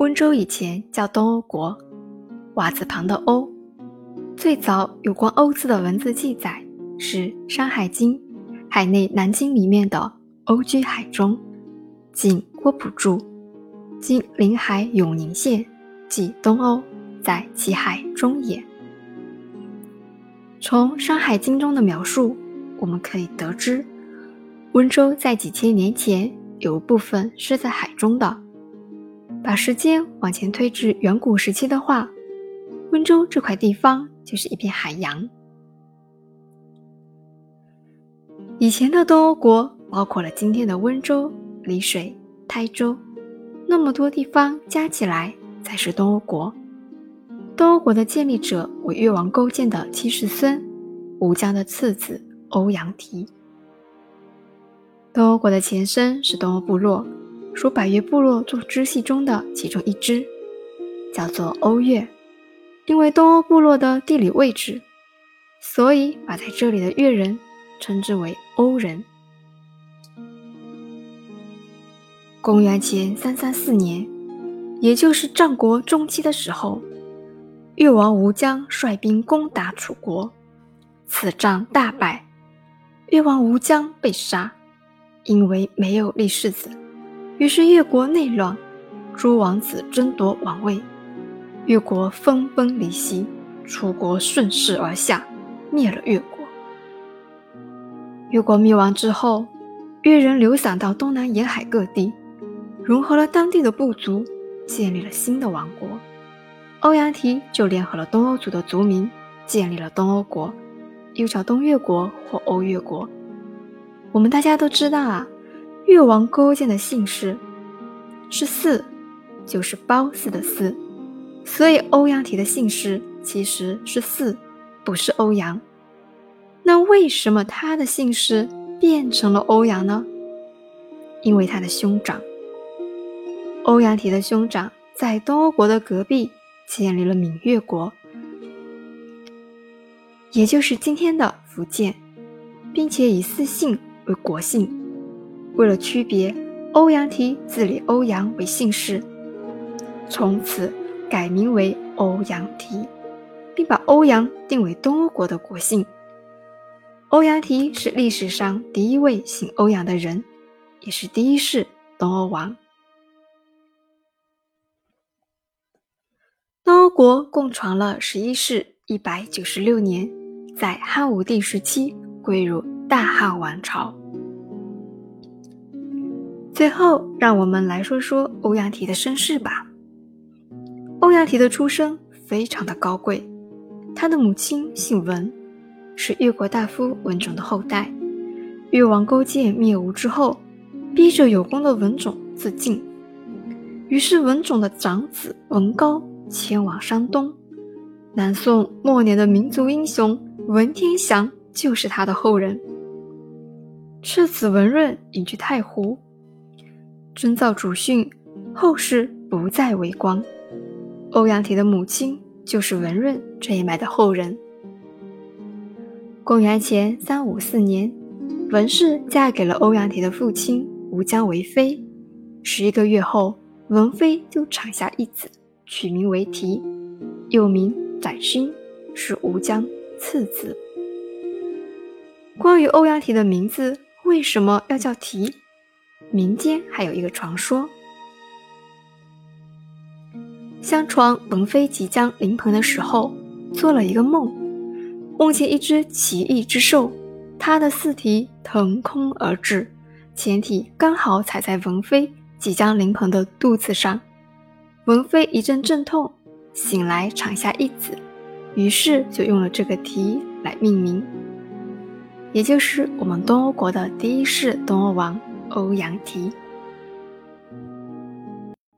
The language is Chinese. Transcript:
温州以前叫东欧国，瓦字旁的欧。最早有关欧字的文字记载是《山海经·海内南经》里面的欧居海中，晋郭璞注，今临海永宁县，即东欧，在其海中也。从《山海经》中的描述，我们可以得知，温州在几千年前有部分是在海中的。把时间往前推至远古时期的话，温州这块地方就是一片海洋。以前的东欧国包括了今天的温州、丽水、台州，那么多地方加起来才是东欧国。东欧国的建立者为越王勾践的七世孙，吴江的次子欧阳提。东欧国的前身是东欧部落，属百越部落众支系中的其中一支，叫做欧越。因为东欧部落的地理位置，所以把在这里的越人称之为欧人。公元前334年，也就是战国中期的时候，越王吴江率兵攻打楚国，此战大败，越王吴江被杀，因为没有立世子，于是越国内乱，诸王子争夺王位，越国分崩离析，楚国顺势而下，灭了越国。越国灭亡之后，越人流散到东南沿海各地，融合了当地的部族，建立了新的王国。欧阳提就联合了东欧族的族民，建立了东欧国，又叫东越国或欧越国。我们大家都知道啊，越王勾践的姓氏是姒，就是褒姒的姒，所以欧阳提的姓氏其实是姒，不是欧阳。那为什么他的姓氏变成了欧阳呢？因为他的兄长欧阳提的兄长在东欧国的隔壁建立了闽越国，也就是今天的福建，并且以姒姓为国姓。为了区别，欧阳提自立欧阳为姓氏，从此改名为欧阳提，并把欧阳定为东欧国的国姓。欧阳提是历史上第一位姓欧阳的人，也是第一世东欧王。东欧国共传了11世196年，在汉武帝时期归入大汉王朝。最后让我们来说说欧阳提的身世吧。欧阳提的出生非常的高贵，他的母亲姓文，是越国大夫文种的后代。越王勾践灭吴之后，逼着有功的文种自尽，于是文种的长子文高迁往山东。南宋末年的民族英雄文天祥就是他的后人。次子文润隐居太湖，遵造祖训，后世不再为光。欧阳提的母亲就是文润这一脉的后人。公元前354年，文氏嫁给了欧阳提的父亲吴江为妃。11个月后，文妃就产下一子，取名为提，又名载勋，是吴江次子。关于欧阳提的名字为什么要叫提，民间还有一个传说。相传文妃即将临盆的时候，做了一个梦，梦见一只奇异之兽，它的四蹄腾空而至，前蹄刚好踩在文妃即将临盆的肚子上。文妃一阵阵痛，醒来产下一子，于是就用了这个蹄来命名，也就是我们东欧国的第一世东欧王欧阳提。